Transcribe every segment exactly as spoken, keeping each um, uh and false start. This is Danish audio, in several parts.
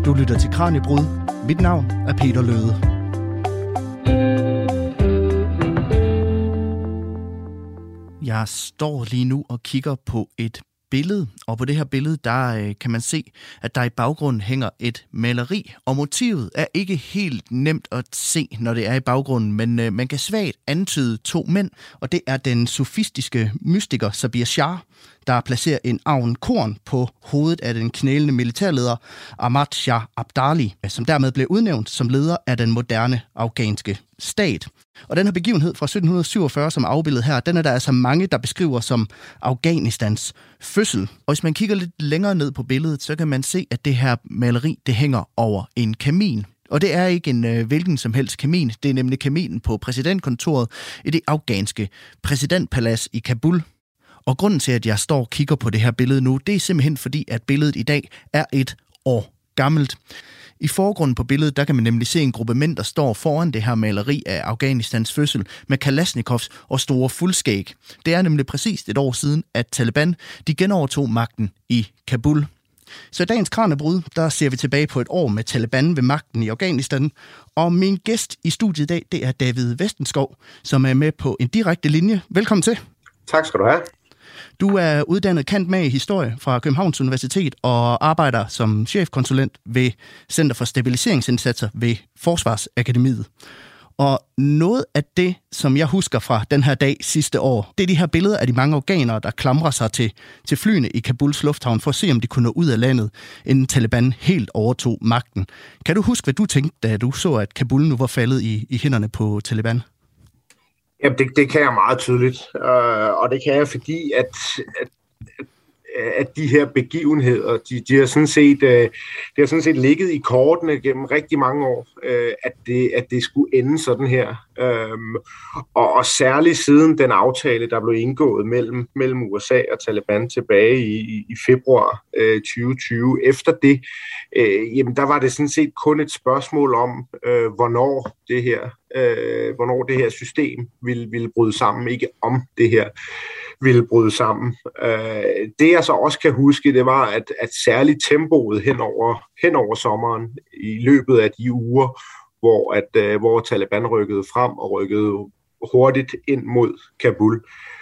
Du lytter til Kraniebrud. Mit navn er Peter Løde. Jeg står lige nu og kigger på et billede, og på det her billede, der øh, kan man se, at der i baggrunden hænger et maleri, og motivet er ikke helt nemt at se, når det er i baggrunden, men øh, man kan svagt antyde to mænd, og det er den sofistiske mystiker Sabir Shah, der placerer en avn korn på hovedet af den knælende militærleder Ahmad Shah Abdali, som dermed blev udnævnt som leder af den moderne afghanske stat. Og den her begivenhed fra sytten syvogfyrre, som er afbildet her, den er der altså mange, der beskriver som Afghanistans fødsel. Og hvis man kigger lidt længere ned på billedet, så kan man se, at det her maleri, det hænger over en kamin. Og det er ikke en øh, hvilken som helst kamin, det er nemlig kaminen på præsidentkontoret i det afghanske præsidentpalads i Kabul. Og grunden til, at jeg står og kigger på det her billede nu, det er simpelthen fordi, at billedet i dag er et år gammelt. I forgrunden på billedet, der kan man nemlig se en gruppe mænd, der står foran det her maleri af Afghanistans fødsel med Kalashnikovs og store fuldskæg. Det er nemlig præcis et år siden, at Taliban de genovertog magten i Kabul. Så i dagens Kraniebrud, der ser vi tilbage på et år med Taliban ved magten i Afghanistan. Og min gæst i studiet i dag, det er David Vestenskov, som er med på en direkte linje. Velkommen til. Tak skal du have. Du er uddannet cand. Mag. i historie fra Københavns Universitet og arbejder som chefkonsulent ved Center for Stabiliseringsindsatser ved Forsvarsakademiet. Og noget af det, som jeg husker fra den her dag sidste år, det er de her billeder af de mange afghanere, der klamrer sig til, til flyene i Kabuls lufthavn for at se, om de kunne nå ud af landet, inden Taliban helt overtog magten. Kan du huske, hvad du tænkte, da du så, at Kabul nu var faldet i, i hænderne på Taliban? Jamen, det, det kan jeg meget tydeligt, øh, og det kan jeg, fordi at, at, at de her begivenheder, de, de, har sådan set, øh, de har sådan set ligget i kortene gennem rigtig mange år, øh, at, det, at det skulle ende sådan her. Øh, og, og særligt siden den aftale, der blev indgået mellem, mellem U S A og Taliban tilbage i, i februar øh, tyve tyve. Efter det, øh, jamen, der var det sådan set kun et spørgsmål om, øh, hvornår det her Øh, hvornår det her system ville, ville bryde sammen, ikke om det her ville bryde sammen. Øh, det jeg så også kan huske, det var, at, at særligt tempoet hen over, hen over sommeren, i løbet af de uger, hvor, at, øh, hvor Taliban rykkede frem og rykkede hurtigt ind mod Kabul.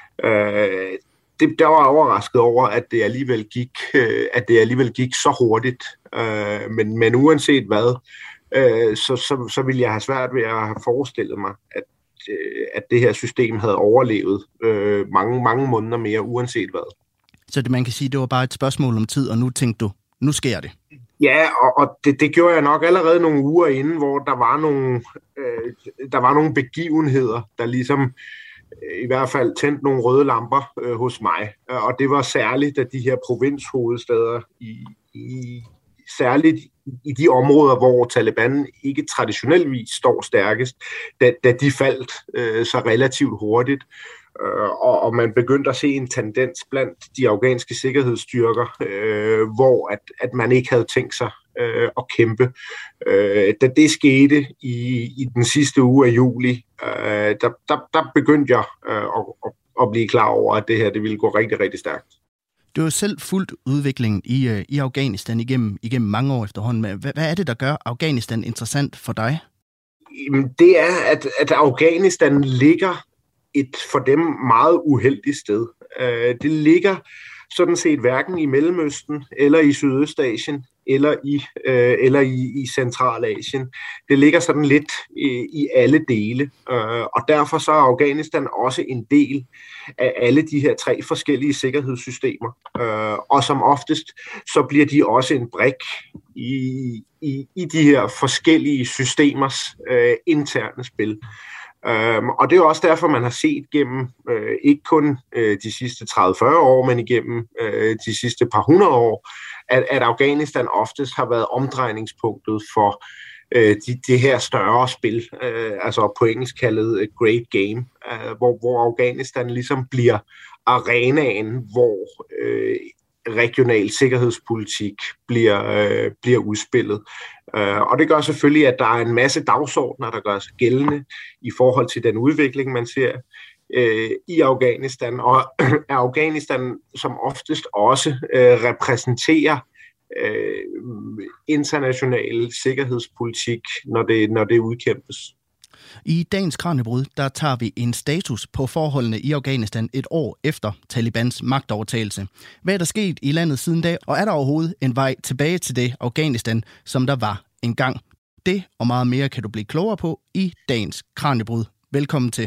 Øh, det, der var overrasket over, at det alligevel gik, øh, at det alligevel gik så hurtigt. Øh, men, men uanset hvad, Så, så, så ville jeg have svært ved at have forestillet mig, at, at det her system havde overlevet øh, mange, mange måneder mere, uanset hvad. Så det, man kan sige, det var bare et spørgsmål om tid, og nu tænkte du, nu sker det. Ja, og, og det, det gjorde jeg nok allerede nogle uger inden, hvor der var nogle, øh, der var nogle begivenheder, der ligesom øh, i hvert fald tændte nogle røde lamper øh, hos mig. Og det var særligt, at de her provinshovedsteder i, i særligt i de områder, hvor Taliban ikke traditioneltvis står stærkest, da, da de faldt øh, så relativt hurtigt, øh, og, og man begyndte at se en tendens blandt de afghanske sikkerhedsstyrker, øh, hvor at, at man ikke havde tænkt sig øh, at kæmpe. Øh, da det skete i, i den sidste uge af juli, øh, der, der, der begyndte jeg øh, at, at, at blive klar over, at det her det ville gå rigtig, rigtig stærkt. Du har jo selv fulgt udviklingen i, i Afghanistan igennem, igennem mange år efterhånden. Hvad, hvad er det, der gør Afghanistan interessant for dig? Det er, at, at Afghanistan ligger et for dem meget uheldigt sted. Det ligger sådan set hverken i Mellemøsten, eller i Sydøstasien, eller i, øh, eller i, i Centralasien. Det ligger sådan lidt øh, i alle dele, øh, og derfor så er Afghanistan også en del af alle de her tre forskellige sikkerhedssystemer, øh, og som oftest så bliver de også en brik i, i, i de her forskellige systemers øh, interne spil. Um, og det er også derfor, man har set gennem øh, ikke kun øh, de sidste tredive til fyrre år, men igennem øh, de sidste par hundrede år, at, at Afghanistan oftest har været omdrejningspunktet for øh, de, det her større spil, øh, altså på engelsk kaldet Great Game, øh, hvor, hvor Afghanistan ligesom bliver arenaen, hvor øh, regional sikkerhedspolitik bliver, øh, bliver udspillet. Uh, og det gør selvfølgelig, at der er en masse dagsordner, der gør sig gældende i forhold til den udvikling, man ser uh, i Afghanistan. Og Afghanistan som oftest også uh, repræsenterer øh, international sikkerhedspolitik, når det, når det udkæmpes. I dagens Kraniebrud, der tager vi en status på forholdene i Afghanistan et år efter Talibans magtovertagelse. Hvad er der sket i landet siden da, og er der overhovedet en vej tilbage til det Afghanistan, som der var engang? Det og meget mere kan du blive klogere på i dagens Kraniebrud. Velkommen til.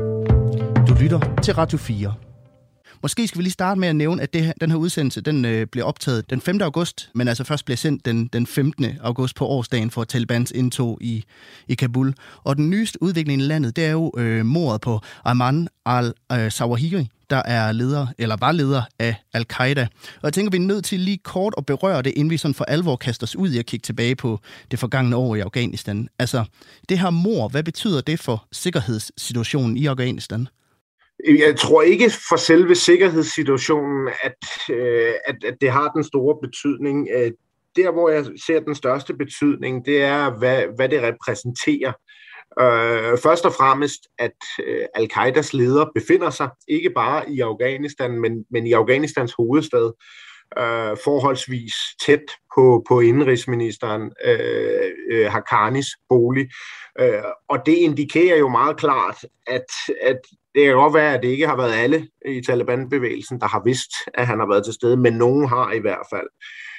Du lytter til Radio fire. Måske skal vi lige starte med at nævne, at det her, den her udsendelse den, øh, bliver optaget den femte august, men altså først bliver sendt den, den femtende august på årsdagen for Talibans indtog i, i Kabul. Og den nyeste udvikling i landet, det er jo øh, mordet på Ayman al-Zawahiri, der er leder, eller var leder af al-Qaida. Og jeg tænker, vi er nødt til lige kort at berøre det, inden vi sådan for alvor kaster os ud i at kigge tilbage på det forgangne år i Afghanistan. Altså, det her mord, hvad betyder det for sikkerhedssituationen i Afghanistan? Jeg tror ikke for selve sikkerhedssituationen, at, øh, at, at det har den store betydning. Der, hvor jeg ser den største betydning, det er, hvad, hvad det repræsenterer. Øh, først og fremmest, at øh, al-Qaidas leder befinder sig ikke bare i Afghanistan, men, men i Afghanistans hovedstad, øh, forholdsvis tæt på, på indenrigsministeren øh, øh, Haqqanis bolig. Øh, og det indikerer jo meget klart, at, at det kan godt være, at det ikke har været alle i Taliban-bevægelsen, der har vidst, at han har været til stede, men nogen har i hvert fald.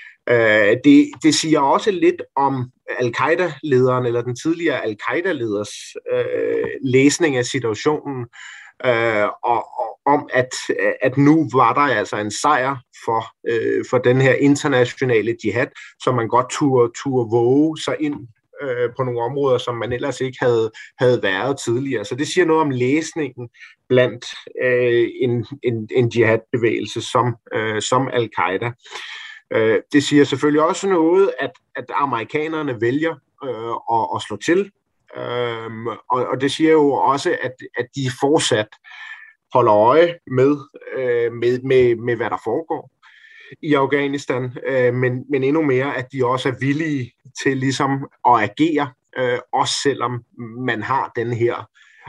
Uh, det, det siger også lidt om al-Qaida-lederen, eller den tidligere al-Qaida-leders uh, læsning af situationen, uh, og, og om, at, at nu var der altså en sejr for, uh, for den her internationale jihad, som man godt turde, turde våge sig ind på nogle områder, som man ellers ikke havde, havde været tidligere. Så det siger noget om læsningen blandt øh, en, en, en jihad-bevægelse som, øh, som al-Qaida. Øh, det siger selvfølgelig også noget, at, at amerikanerne vælger øh, at, at slå til, øh, og, og det siger jo også, at, at de fortsat holder øje med, øh, med, med, med, hvad der foregår i Afghanistan, øh, men, men endnu mere, at de også er villige til ligesom at agere, øh, også selvom man har den her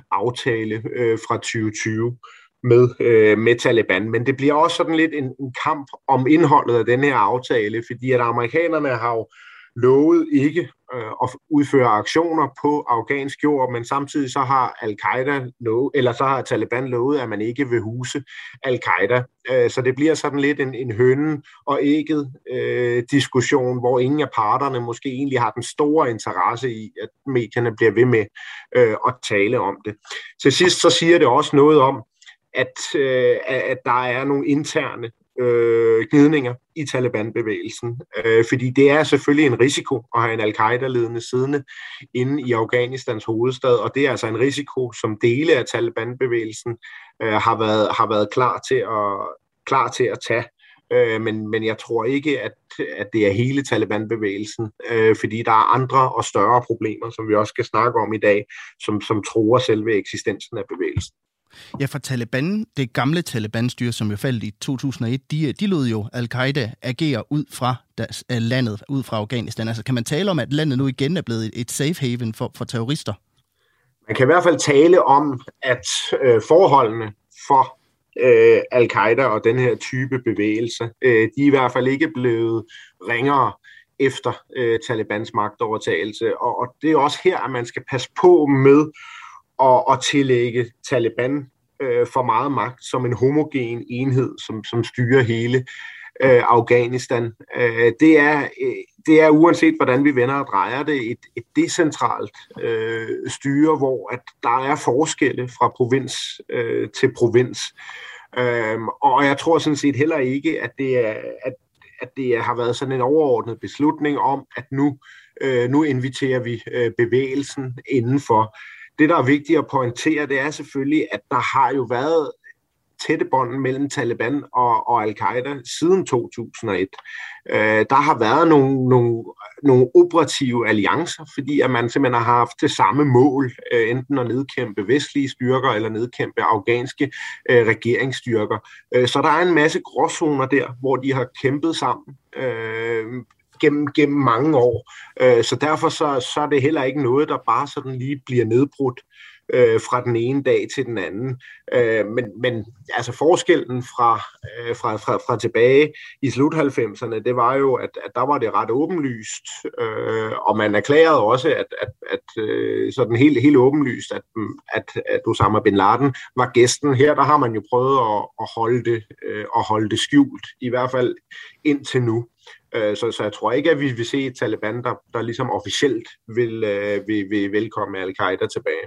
aftale øh, fra tyve tyve med, øh, med Taliban. Men det bliver også sådan lidt en, en kamp om indholdet af den her aftale, fordi at amerikanerne har jo lovet ikke øh, at udføre aktioner på afghansk jord, men samtidig så har al-Qaida lovet, eller så har Taliban lovet, at man ikke vil huse al-Qaida. Øh, så det bliver sådan lidt en, en hønen og ægget øh, diskussion, hvor ingen af parterne måske egentlig har den store interesse i, at medierne bliver ved med øh, at tale om det. Til sidst så siger det også noget om, at, øh, at der er nogle interne øh, gnidninger i Taliban-bevægelsen, øh, fordi det er selvfølgelig en risiko at have en al-Qaida-ledende siddende inde i Afghanistans hovedstad, og det er altså en risiko, som dele af Taliban-bevægelsen øh, har været, har været klar til at, klar til at tage. Øh, men, men jeg tror ikke, at, at det er hele Taliban-bevægelsen, øh, fordi der er andre og større problemer, som vi også skal snakke om i dag, som, som truer selve eksistensen af bevægelsen. Ja, for Taliban, det gamle Taliban-styre, som jo faldt i to tusind og et, de, de lod jo al-Qaida agere ud fra deres, uh, landet, ud fra Afghanistan. Altså kan man tale om, at landet nu igen er blevet et safe haven for, for terrorister? Man kan i hvert fald tale om, at øh, forholdene for øh, al-Qaida og den her type bevægelse, øh, de er i hvert fald ikke blevet ringere efter øh, Talibans magtovertagelse. Og, og det er også her, at man skal passe på med og, og tillægge Taliban øh, for meget magt som en homogen enhed, som, som styrer hele øh, Afghanistan. Øh, det, er, øh, det er uanset hvordan vi vender og drejer det, et, et decentralt øh, styre, hvor at der er forskelle fra provins øh, til provins. Øh, og jeg tror sådan set heller ikke, at det, er, at, at det har været sådan en overordnet beslutning om, at nu, øh, nu inviterer vi øh, bevægelsen indenfor. Det, der er vigtigt at pointere, det er selvfølgelig, at der har jo været tætte bånd mellem Taliban og, og al-Qaida siden to tusind og et. Øh, der har været nogle, nogle, nogle operative alliancer, fordi at man simpelthen har haft det samme mål, øh, enten at nedkæmpe vestlige styrker eller nedkæmpe afghanske øh, regeringsstyrker. Øh, så der er en masse gråzoner der, hvor de har kæmpet sammen øh, gennem, gennem mange år. Øh, så derfor så, så er det heller ikke noget, der bare sådan lige bliver nedbrudt øh, fra den ene dag til den anden. Øh, men, men altså forskellen fra, øh, fra, fra, fra tilbage i slut halvfemserne, det var jo, at, at der var det ret åbenlyst, øh, og man erklærede også, at, at, at øh, sådan helt, helt åbenlyst, at, at, at Osama bin Laden var gæsten. Her der har man jo prøvet at, at, holde det, øh, at holde det skjult, i hvert fald indtil nu. Så, så jeg tror ikke, at vi vil se et Taliban, der, der ligesom officielt vil, øh, vil, vil velkomme Al-Qaida tilbage.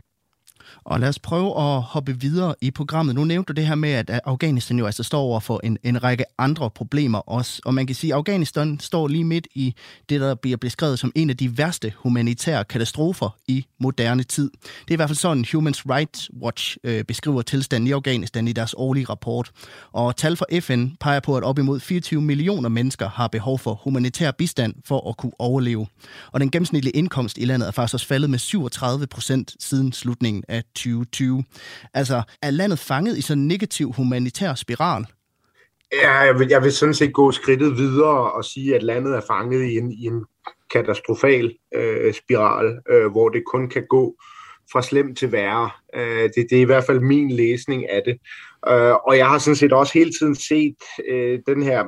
Og lad os prøve at hoppe videre i programmet. Nu nævnte du det her med, at Afghanistan jo altså står over for en, en række andre problemer også. Og man kan sige, at Afghanistan står lige midt i det, der bliver beskrevet som en af de værste humanitære katastrofer i moderne tid. Det er i hvert fald sådan, Human Rights Watch øh, beskriver tilstanden i Afghanistan i deres årlige rapport. Og tal fra F N peger på, at op imod fireogtyve millioner mennesker har behov for humanitær bistand for at kunne overleve. Og den gennemsnitlige indkomst i landet er faktisk også faldet med syvogtredive procent siden slutningen af tyve tyve. Altså, er landet fanget i sådan en negativ humanitær spiral? Ja, jeg vil, jeg vil sådan set gå skridtet videre og sige, at landet er fanget i en, i en katastrofal øh, spiral, øh, hvor det kun kan gå fra slemt til værre. Øh, det, det er i hvert fald min læsning af det. Øh, og jeg har sådan set også hele tiden set øh, den her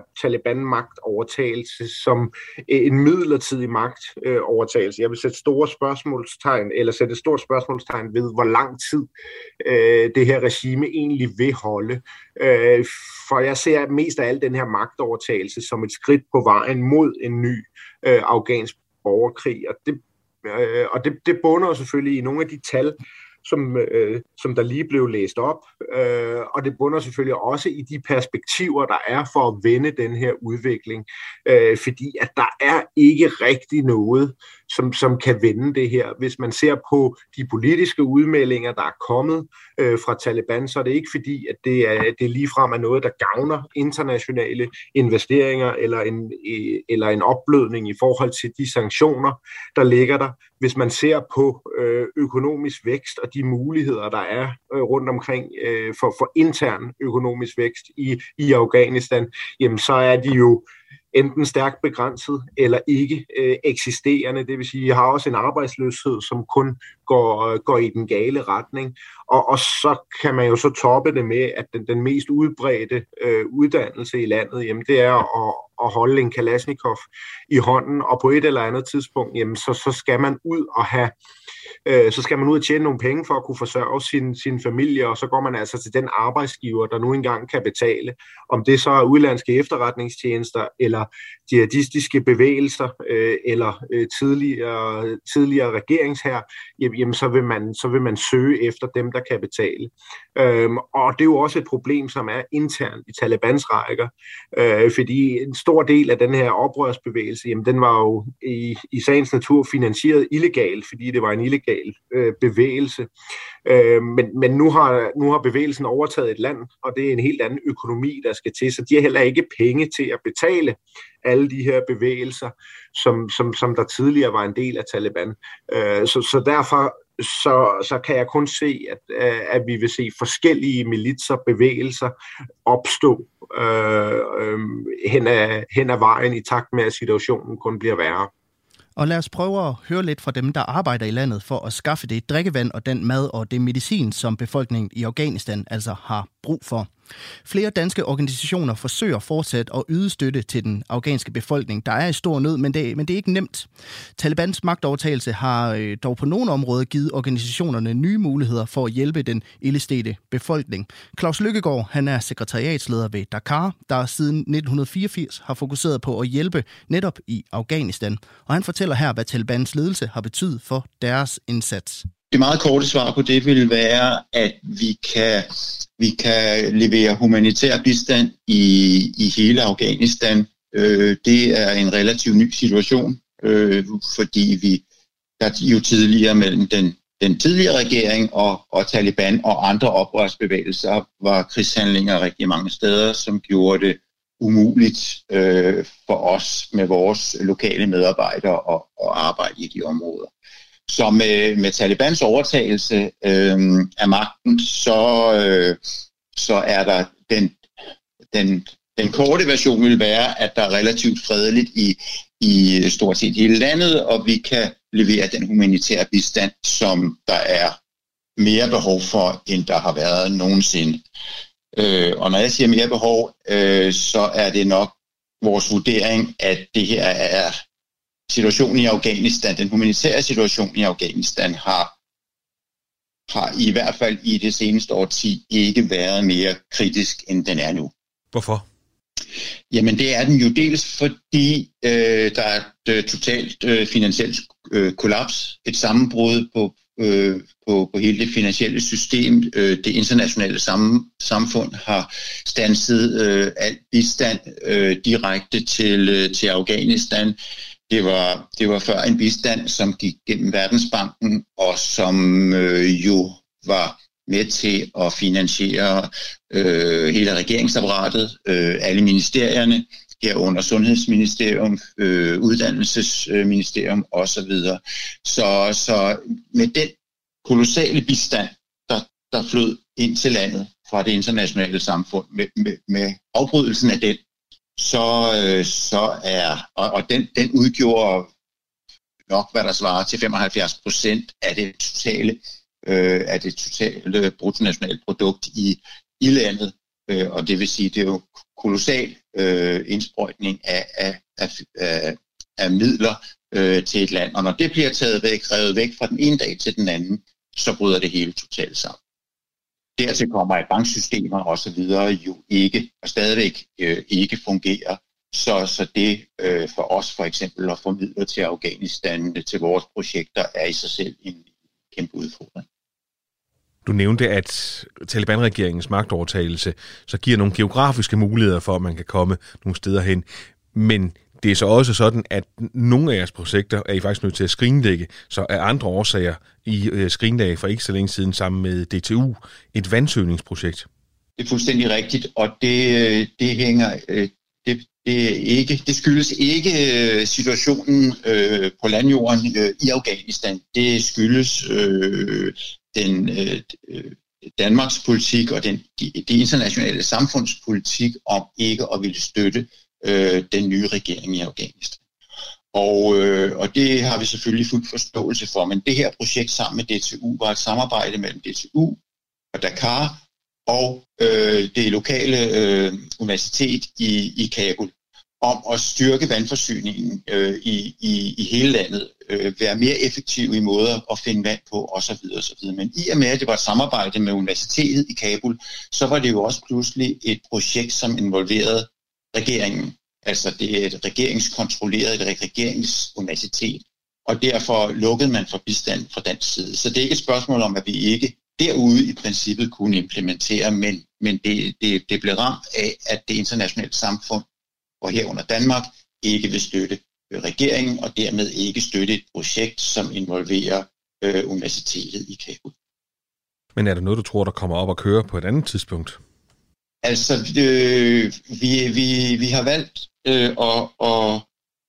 Taliban-magtovertagelse som en midlertidig magtovertagelse. Jeg vil sætte store spørgsmålstegn, eller sætte et stort spørgsmålstegn ved, hvor lang tid øh, det her regime egentlig vil holde. Øh, for jeg ser mest af alt den her magtovertagelse som et skridt på vejen mod en ny øh, afghansk borgerkrig, og det Øh, og det, det bunder selvfølgelig i nogle af de tal, som, øh, som der lige blev læst op, øh, og det bunder selvfølgelig også i de perspektiver, der er for at vende den her udvikling, øh, fordi at der er ikke rigtig noget, som, som kan vende det her. Hvis man ser på de politiske udmeldinger, der er kommet øh, fra Taliban, så er det ikke fordi, at det, er, det ligefrem er noget, der gavner internationale investeringer eller en, eller en opblødning i forhold til de sanktioner, der ligger der. Hvis man ser på øh, økonomisk vækst og de muligheder, der er øh, rundt omkring øh, for, for intern økonomisk vækst i, i Afghanistan, jamen så er de jo enten stærkt begrænset eller ikke øh, eksisterende. Det vil sige, at jeg har også en arbejdsløshed, som kun går, går i den gale retning. Og, og så kan man jo så toppe det med, at den, den mest udbredte øh, uddannelse i landet, jamen det er at, at holde en Kalashnikov i hånden, og på et eller andet tidspunkt, jamen så, så skal man ud og have øh, så skal man ud og tjene nogle penge for at kunne forsørge sin, sin familie, og så går man altså til den arbejdsgiver, der nu engang kan betale. Om det så er udenlandske efterretningstjenester, eller jihadistiske bevægelser, øh, eller øh, tidligere, tidligere regeringshær, jamen så vil, man, så vil man søge efter dem, der kan betale. Øhm, og det er jo også et problem, som er internt i Talibans rækker, øh, fordi en stor del af den her oprørsbevægelse, jamen den var jo i, i sagens natur finansieret illegalt, fordi det var en illegal øh, bevægelse. Øh, men men nu, har, nu har bevægelsen overtaget et land, og det er en helt anden økonomi, der skal til, så de har heller ikke penge til at betale alle de her bevægelser, som, som, som der tidligere var en del af Taliban. Øh, så, så derfor så, så kan jeg kun se, at, at vi vil se forskellige militser, bevægelser opstå øh, øh, hen, ad, hen ad vejen i takt med, at situationen kun bliver værre. Og lad os prøve at høre lidt fra dem, der arbejder i landet for at skaffe det drikkevand og den mad og det medicin, som befolkningen i Afghanistan altså har brug for. Flere danske organisationer forsøger fortsat at yde støtte til den afghanske befolkning. Der er i stor nød, men det, men det er ikke nemt. Talibans magtovertagelse har dog på nogle områder givet organisationerne nye muligheder for at hjælpe den ildestede befolkning. Claus Lykkegaard, han er sekretariatsleder ved Dakar, der siden nitten fireogfirs har fokuseret på at hjælpe netop i Afghanistan. Og han fortæller her, hvad Talibans ledelse har betydet for deres indsats. Det meget korte svar på det vil være, at vi kan, vi kan levere humanitær bistand i, i hele Afghanistan. Øh, det er en relativt ny situation, øh, fordi vi der jo tidligere mellem den, den tidligere regering og, og Taliban og andre oprørsbevægelser var krigshandlinger rigtig mange steder, som gjorde det umuligt øh, for os med vores lokale medarbejdere at, at arbejde i de områder. Så med, med Talibans overtagelse øh, af magten, så, øh, så er der den, den, den korte version vil være, at der er relativt fredeligt i, i stort set hele landet, og vi kan levere den humanitære bistand, som der er mere behov for, end der har været nogensinde. Øh, og når jeg siger mere behov, øh, så er det nok vores vurdering, at det her er situationen i Afghanistan, den humanitære situation i Afghanistan har, har i hvert fald i det seneste årti ikke været mere kritisk, end den er nu. Hvorfor? Jamen det er den jo dels, fordi øh, der er et øh, totalt øh, finansielt øh, kollaps, et sammenbrud på, øh, på, på hele det finansielle system. Øh, det internationale sam, samfund har standset øh, alt bistand øh, direkte til, øh, til Afghanistan. Det var, det var før en bistand, som gik gennem Verdensbanken, og som øh, jo var med til at finansiere øh, hele regeringsapparatet, øh, alle ministerierne, herunder Sundhedsministerium, øh, Uddannelsesministerium osv. Så, så med den kolossale bistand, der, der flød ind til landet fra det internationale samfund, med, med, med afbrydelsen af den, så, øh, så er, og, og den, den udgjorde nok, hvad der svarer til femoghalvfjerds procent af det totale øh, af det totale bruttonationale produkt i, i landet, øh, og det vil sige, det er jo kolossal øh, indsprøjtning af, af, af, af, af midler øh, til et land, og når det bliver taget væk, revet væk fra den ene dag til den anden, så bryder det hele totalt sammen. Dertil kommer, at banksystemer og så videre jo ikke, og stadigvæk øh, ikke fungerer. Så, så det øh, for os for eksempel at få midler til Afghanistan, til vores projekter, er i sig selv en kæmpe udfordring. Du nævnte, at Taliban-regeringens magtovertagelse så giver nogle geografiske muligheder for, at man kan komme nogle steder hen. Men det er så også sådan, at nogle af jeres projekter er I faktisk nødt til at skrinlægge, så er andre årsager i øh, skrinlægge for ikke så længe siden sammen med D T U, et vandsøgningsprojekt. Det er fuldstændig rigtigt, og det, det hænger... Øh, det, det, er ikke, det skyldes ikke situationen øh, på landjorden øh, i Afghanistan. Det skyldes øh, den øh, Danmarks politik og den, de, de internationale samfundspolitik om ikke at ville støtte øh, den nye regering i Afghanistan. Og, øh, og det har vi selvfølgelig fuld forståelse for, men det her projekt sammen med D T U var et samarbejde mellem D T U og Dakar og øh, det lokale øh, universitet i, i Kabul om at styrke vandforsyningen øh, i, i, i hele landet, øh, være mere effektiv i måder at finde vand på osv. osv. Men i og med, at det var et samarbejde med universitetet i Kabul, så var det jo også pludselig et projekt, som involverede regeringen. Altså det er et regeringskontrolleret, et regeringsuniversitet, og derfor lukkede man for bistand fra dansk side. Så det er ikke et spørgsmål om, at vi ikke derude i princippet kunne implementere, men, men det, det, det blev ramt af, at det internationale samfund, og herunder Danmark, ikke vil støtte regeringen, og dermed ikke støtte et projekt, som involverer øh, universitetet i Kabul. Men er der noget, du tror, der kommer op og kører på et andet tidspunkt? Altså, øh, vi, vi, vi har valgt øh, at, at,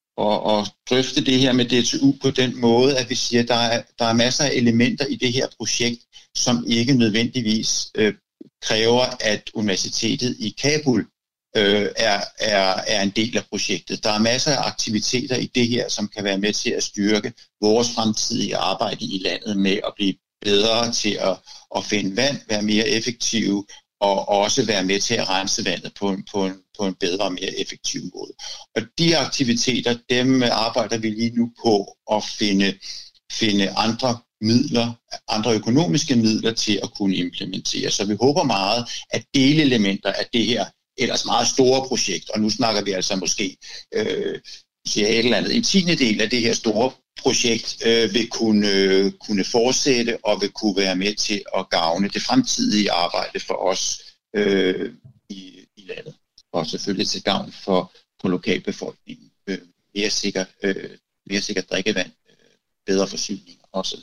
at, at drøfte det her med D T U på den måde, at vi siger, at der er, der er masser af elementer i det her projekt, som ikke nødvendigvis øh, kræver, at universitetet i Kabul øh, er, er, er en del af projektet. Der er masser af aktiviteter i det her, som kan være med til at styrke vores fremtidige arbejde i landet med at blive bedre til at, at finde vand, være mere effektive og også være med til at rense vandet på en, på en, på en bedre og mere effektiv måde. Og de aktiviteter, dem arbejder vi lige nu på at finde, finde andre midler, andre økonomiske midler til at kunne implementere. Så vi håber meget, at delelementer af det her ellers meget store projekt, og nu snakker vi altså måske øh, siger et eller andet, en tiende del af det her store projekt øh, vil kunne, øh, kunne fortsætte og vil kunne være med til at gavne det fremtidige arbejde for os øh, i, i landet. Og selvfølgelig til gavn for, for lokalbefolkningen. Øh, mere sikkert øh, mere sikker drikkevand, øh, bedre forsyninger osv.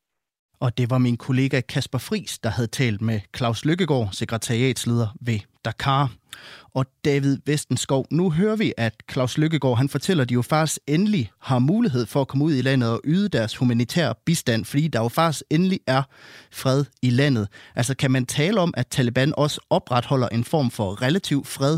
Og det var min kollega Kasper Friis, der havde talt med Klaus Lykkegaard, sekretariatsleder ved Dakar. Og David Vestenskov, nu hører vi, at Klaus Lykkegaard, han fortæller, at de jo faktisk endelig har mulighed for at komme ud i landet og yde deres humanitære bistand, fordi der jo faktisk endelig er fred i landet. Altså kan man tale om, at Taliban også opretholder en form for relativ fred?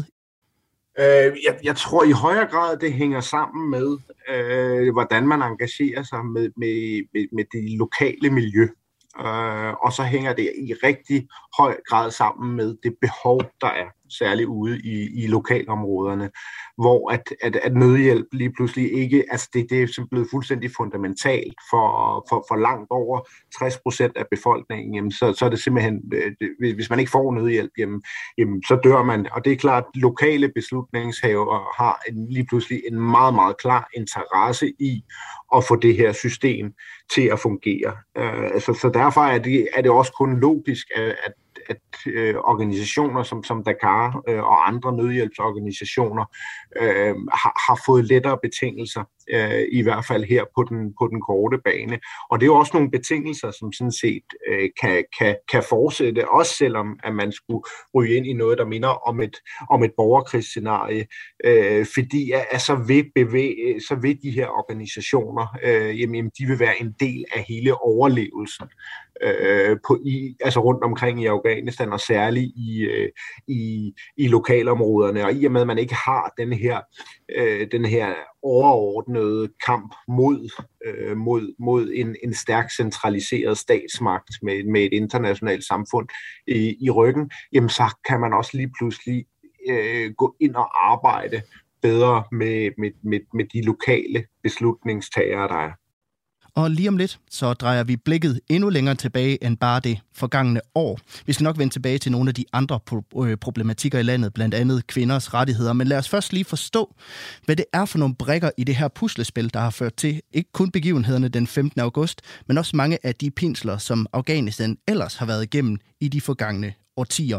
Øh, jeg, jeg tror i højere grad, det hænger sammen med, øh, hvordan man engagerer sig med, med, med, med det lokale miljø. øh, og så hænger det i rigtig høj grad sammen med det behov, der er, særligt ude i, i lokalområderne, hvor at, at, at nødhjælp lige pludselig ikke, altså det, det er blevet fuldstændig fundamentalt for, for, for langt over tres procent af befolkningen, jamen, så, så er det simpelthen, det, hvis man ikke får nødhjælp, jamen, jamen, så dør man, og det er klart, at lokale beslutningshavere har en, lige pludselig en meget, meget klar interesse i at få det her system til at fungere. Uh, så, så derfor er det, er det også kun logisk, at, at at øh, organisationer som, som Dakar øh, og andre nødhjælpsorganisationer øh, har, har fået lettere betingelser, øh, i hvert fald her på den, på den korte bane. Og det er jo også nogle betingelser, som sådan set øh, kan, kan, kan fortsætte, også selvom at man skulle ryge ind i noget, der minder om et, om et borgerkrigsscenarie, øh, fordi at så vil, bevæge, så vil de her organisationer, øh, jamen, de vil være en del af hele overlevelsen. Øh, på i, altså rundt omkring i Afghanistan, og særligt i, øh, i, i lokalområderne. Og i og med, at man ikke har den her, øh, den her overordnede kamp mod, øh, mod, mod en, en stærk centraliseret statsmagt med, med et internationalt samfund i, i ryggen, jamen så kan man også lige pludselig øh, gå ind og arbejde bedre med, med, med, med de lokale beslutningstagere, der er. Og lige om lidt, så drejer vi blikket endnu længere tilbage end bare det forgangne år. Vi skal nok vende tilbage til nogle af de andre problematikker i landet, blandt andet kvinders rettigheder. Men lad os først lige forstå, hvad det er for nogle brikker i det her puslespil, der har ført til ikke kun begivenhederne den femtende august, men også mange af de pinsler, som Afghanistan ellers har været igennem i de forgangne årtier.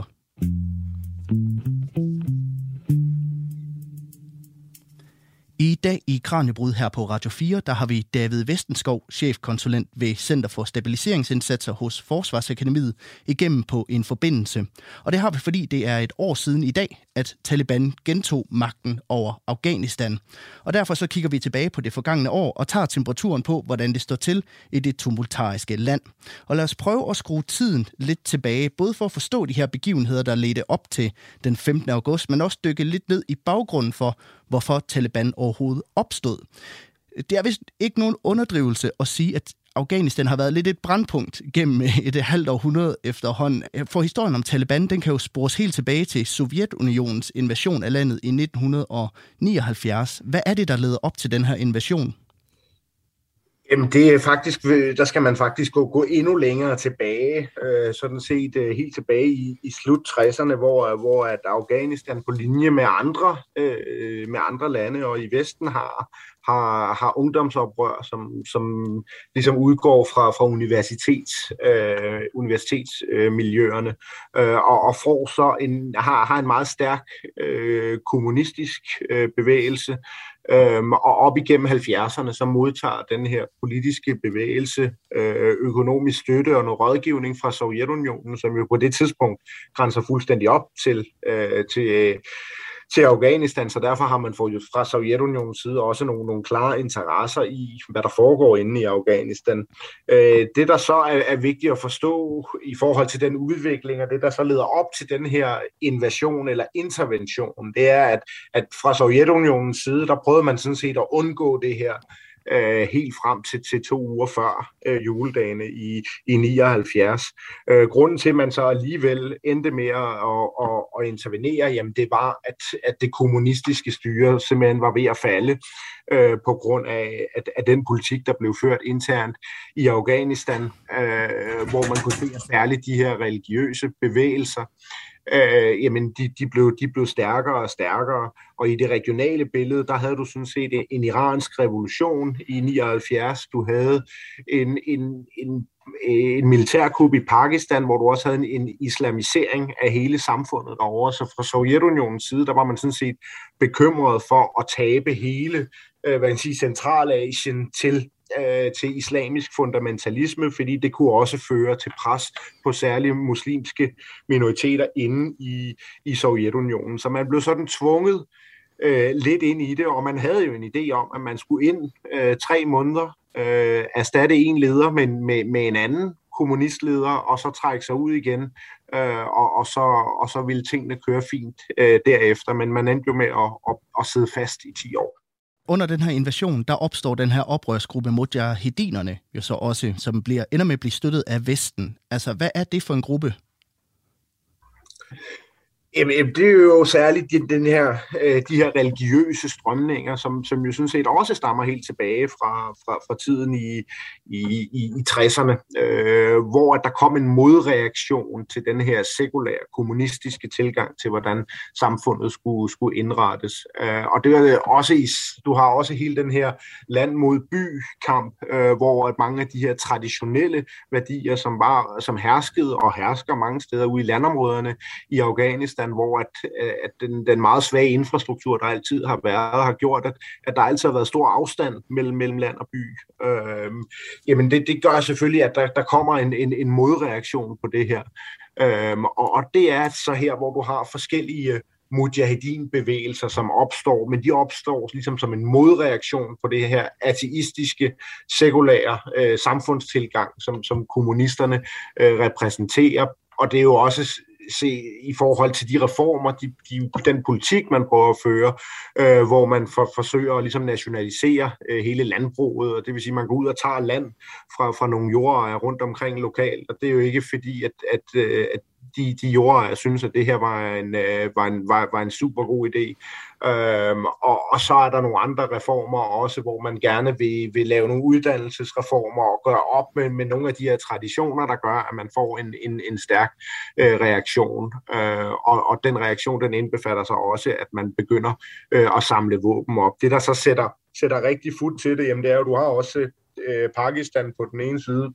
I dag i Kraniebrud her på Radio fire, der har vi David Vestenskov, chefkonsulent ved Center for Stabiliseringsindsatser hos Forsvarsakademiet, igennem på en forbindelse. Og det har vi, fordi det er et år siden i dag, at Taliban gentog magten over Afghanistan. Og derfor så kigger vi tilbage på det forgangne år og tager temperaturen på, hvordan det står til i det tumultariske land. Og lad os prøve at skrue tiden lidt tilbage, både for at forstå de her begivenheder, der ledte op til den femtende august, men også dykke lidt ned i baggrunden for, hvorfor Taliban overhovedet opstod. Det er vist ikke nogen underdrivelse at sige, at Afghanistan har været lidt et brandpunkt gennem et halvt århundrede efterhånden. For historien om Taliban, den kan jo spores helt tilbage til Sovjetunionens invasion af landet i nitten nioghalvfjerds. Hvad er det, der leder op til den her invasion? Jamen det er faktisk, der skal man faktisk gå, gå endnu længere tilbage, øh, sådan set øh, helt tilbage i, i slut tresserne, hvor, hvor at Afghanistan på linje med andre, øh, med andre lande og i Vesten har, har, har ungdomsoprør, som, som ligesom udgår fra, fra universitets, øh, universitetsmiljøerne, øh, og, og får så en, har, har en meget stærk øh, kommunistisk øh, bevægelse. Øhm, og op igennem halvfjerdserne, så modtager den her politiske bevægelse øh, økonomisk støtte og noget rådgivning fra Sovjetunionen, som jo på det tidspunkt grænser fuldstændig op til, øh, til, til Afghanistan, så derfor har man fra Sovjetunionens side også nogle, nogle klare interesser i, hvad der foregår inde i Afghanistan. Øh, det, der så er, er vigtigt at forstå i forhold til den udvikling, og det, der så leder op til den her invasion eller intervention, det er, at, at fra Sovjetunionens side, der prøvede man sådan set at undgå det her Uh, helt frem til, til to uger før uh, juledagene i, i nioghalvfjerds. Uh, grunden til, at man så alligevel endte med at, at, at, at intervenere, jamen det var, at, at det kommunistiske styre simpelthen var ved at falde uh, på grund af at, at den politik, der blev ført internt i Afghanistan, uh, hvor man kunne se særligt de her religiøse bevægelser, Øh, jamen de, de, blev, de blev stærkere og stærkere, og i det regionale billede, der havde du sådan set en, en iransk revolution i nioghalvfjerds, du havde en, en, en, en militærkup i Pakistan, hvor du også havde en, en islamisering af hele samfundet derovre, så fra Sovjetunionens side, der var man sådan set bekymret for at tabe hele, øh, hvad kan sige, Centralasien til til islamisk fundamentalisme, fordi det kunne også føre til pres på særlige muslimske minoriteter inde i, i Sovjetunionen. Så man blev sådan tvunget øh, lidt ind i det, og man havde jo en idé om, at man skulle ind øh, tre måneder, øh, erstatte en leder med, med, med en anden kommunistleder, og så trække sig ud igen, øh, og, og, så, og så ville tingene køre fint øh, derefter, men man endte jo med at, at, at sidde fast i ti år. Under den her invasion, der opstår den her oprørsgruppe Mujahedinerne, jo så også, som bliver, ender med at blive støttet af Vesten. Altså, hvad er det for en gruppe? Jamen, det er jo særligt de, den her, de her religiøse strømninger, som, som jo sådan set også stammer helt tilbage fra, fra, fra tiden i, i, i, i tresserne, øh, hvor der kom en modreaktion til den her sekulære, kommunistiske tilgang til, hvordan samfundet skulle, skulle indrettes. Øh, og det er også i, du har også hele den her land mod by-kamp, øh, hvor at mange af de her traditionelle værdier, som, var, som herskede og hersker mange steder ude i landområderne i Afghanistan, hvor at, at den, den meget svage infrastruktur, der altid har været, har gjort, at, at der altid har været stor afstand mellem, mellem land og by. Øhm, jamen det, det gør selvfølgelig, at der, der kommer en, en, en modreaktion på det her. Øhm, og, og det er så her, hvor du har forskellige mujahedin-bevægelser, som opstår, men de opstår ligesom som en modreaktion på det her ateistiske, sekulære øh, samfundstilgang, som, som kommunisterne øh, repræsenterer. Og det er jo også se i forhold til de reformer, de, de, den politik, man prøver at føre, øh, hvor man for, forsøger at ligesom nationalisere øh, hele landbruget, og det vil sige, at man går ud og tager land fra, fra nogle jordejere rundt omkring lokalt, og det er jo ikke fordi, at, at, at de, de jordejere synes, at det her var en, øh, var en, var, var en super god idé. Øhm, og, og så er der nogle andre reformer også, hvor man gerne vil, vil lave nogle uddannelsesreformer og gøre op med, med nogle af de her traditioner, der gør, at man får en, en, en stærk øh, reaktion. Øh, og, og den reaktion, den indbefatter så også, at man begynder øh, at samle våben op. Det, der så sætter, sætter rigtig fuld til det, jamen det er jo, du har også øh, Pakistan på den ene side,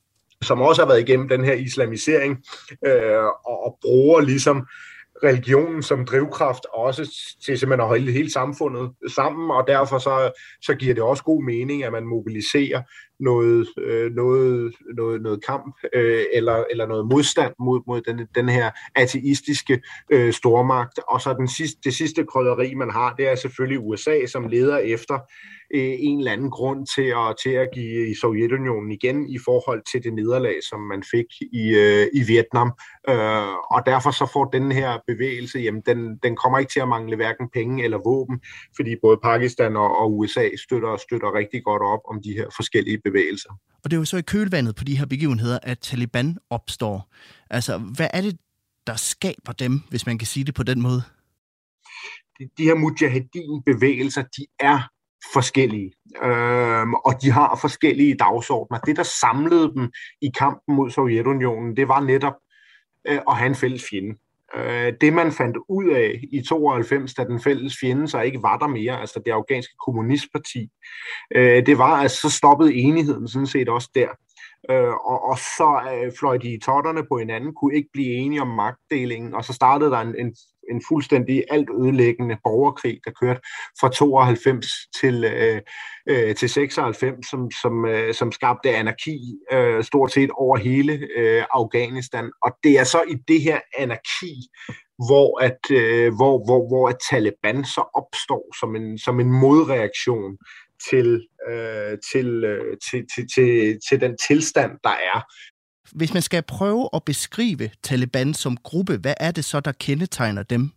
som også har været igennem den her islamisering, øh, og, og bruger ligesom religionen som drivkraft også til simpelthen at holde hele samfundet sammen, og derfor så, så giver det også god mening, at man mobiliserer noget, øh, noget, noget, noget kamp øh, eller, eller noget modstand mod, mod den, den her ateistiske øh, stormagt. Og så den sidste, det sidste krydderi, man har, det er selvfølgelig U S A, som leder efter øh, en eller anden grund til at, til at give Sovjetunionen igen i forhold til det nederlag, som man fik i, øh, i Vietnam. Øh, og derfor så får den her bevægelse, jamen den, den kommer ikke til at mangle hverken penge eller våben, fordi både Pakistan og, og U S A støtter, støtter rigtig godt op om de her forskellige bevægelser. Og det er jo så i kølvandet på de her begivenheder, at Taliban opstår. Altså, hvad er det, der skaber dem, hvis man kan sige det på den måde? De, de her mujahedin-bevægelser, de er forskellige, øhm, og de har forskellige dagsordner. Det, der samlede dem i kampen mod Sovjetunionen, det var netop øh, at have en fælles fjende. Det, man fandt ud af i tooghalvfems, da den fælles fjende så ikke var der mere, altså det afghanske kommunistparti, det var, at så stoppede enigheden sådan set også der. Og, og så fløj de i totterne på hinanden, kunne ikke blive enige om magtdelingen, og så startede der en, en, en fuldstændig alt ødelæggende borgerkrig, der kørte fra tooghalvfems til, øh, til seksoghalvfems, som, som, øh, som skabte anarki øh, stort set over hele øh, Afghanistan. Og det er så i det her anarki, hvor, at, øh, hvor, hvor, hvor at Taliban så opstår som en, som en modreaktion til, øh, til, øh, til, til, til, til den tilstand, der er. Hvis man skal prøve at beskrive Taliban som gruppe, hvad er det så, der kendetegner dem?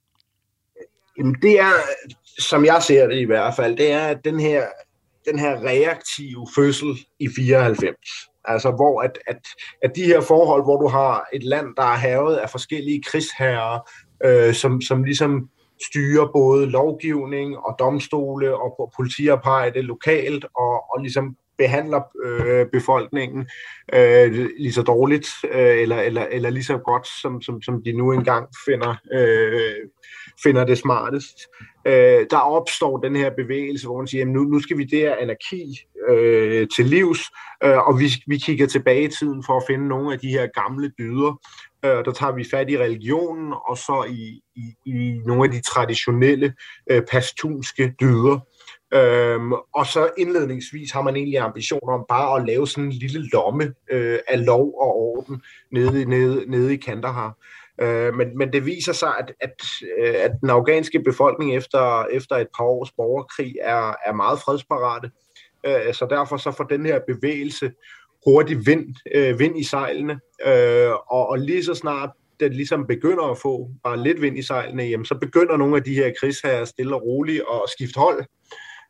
Jamen det er, som jeg ser det i hvert fald, det er den her, den her reaktive fødsel i fireoghalvfems. Altså hvor at, at, at de her forhold, hvor du har et land, der er hærget af forskellige krigsherrer, øh, som, som ligesom styrer både lovgivning og domstole og politiarbejde lokalt og, og ligesom behandler øh, befolkningen øh, lige så dårligt øh, eller, eller, eller lige så godt, som, som, som de nu engang finder, øh, finder det smartest. Øh, der opstår den her bevægelse, hvor man siger, jamen nu, nu skal vi det her anarki øh, til livs, øh, og vi, vi kigger tilbage i tiden for at finde nogle af de her gamle dyder. Øh, der tager vi fat i religionen, og så i, i, i nogle af de traditionelle øh, pashtunske dyder. Øhm, og så indledningsvis har man egentlig ambitioner om bare at lave sådan en lille lomme øh, af lov og orden nede, nede, nede i Kandahar. Øh, men, men det viser sig, at, at, at den afghanske befolkning efter, efter et par års borgerkrig er, er meget fredsparate. Øh, så derfor så får den her bevægelse hurtigt vind, øh, vind i sejlene. Øh, og, og lige så snart den ligesom begynder at få bare lidt vind i sejlene, jamen, så begynder nogle af de her krigsherrer stille og roligt at skifte hold.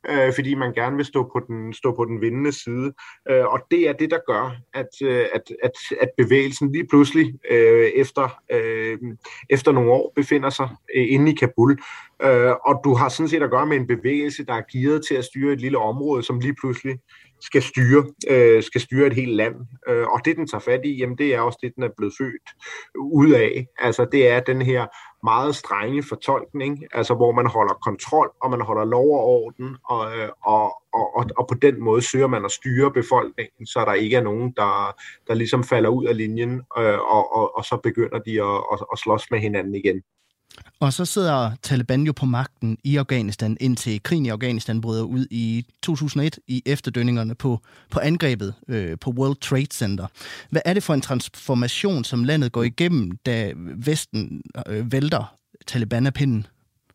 øh, fordi man gerne vil stå på den, stå på den vindende side. Øh, og det er det, der gør, at, øh, at, at, at bevægelsen lige pludselig øh, efter, øh, efter nogle år befinder sig øh, inde i Kabul. Øh, og du har sådan set at gøre med en bevægelse, der er gearet til at styre et lille område, som lige pludselig skal styre, øh, skal styre et helt land. Øh, og det, den tager fat i, jamen, det er også det, den er blevet født ud af. Altså, det er den her meget strenge fortolkning, altså hvor man holder kontrol, og man holder lov og orden, og, og, og, og, og på den måde søger man at styre befolkningen, så der ikke er nogen, der, der ligesom falder ud af linjen, øh, og, og, og så begynder de at, at, at slås med hinanden igen. Og så sidder Taliban jo på magten i Afghanistan, indtil krigen i Afghanistan bryder ud i to tusind og et i efterdønningerne på, på angrebet øh, på World Trade Center. Hvad er det for en transformation, som landet går igennem, da Vesten øh, vælter Taliban af pinden?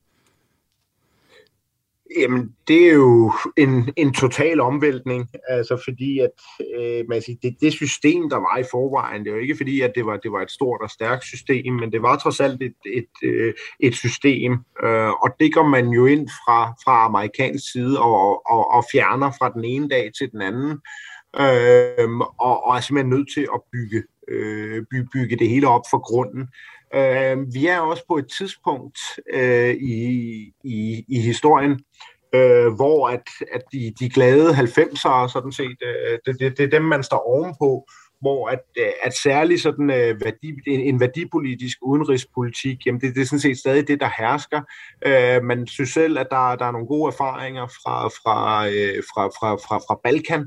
Jamen, det er jo en, en total omvæltning, altså fordi at øh, man siger, det, det system, der var i forvejen, det er jo ikke fordi, at det var, det var et stort og stærkt system, men det var trods alt et, et, et, et system, øh, og det går man jo ind fra, fra amerikansk side og, og, og fjerner fra den ene dag til den anden, øh, og, og er simpelthen nødt til at bygge, øh, bygge, bygge det hele op for grunden. Uh, vi er også på et tidspunkt uh, i, i, i historien, uh, hvor at, at de, de glade halvfemsere, sådan set, uh, det, det, det er dem, man står ovenpå, hvor at, at særligt sådan, uh, værdi, en, en værdipolitisk udenrigspolitik, jamen det, det er sådan set stadig det, der hersker. Uh, man synes selv, at der, der er nogle gode erfaringer fra, fra, uh, fra, fra, fra, fra Balkan,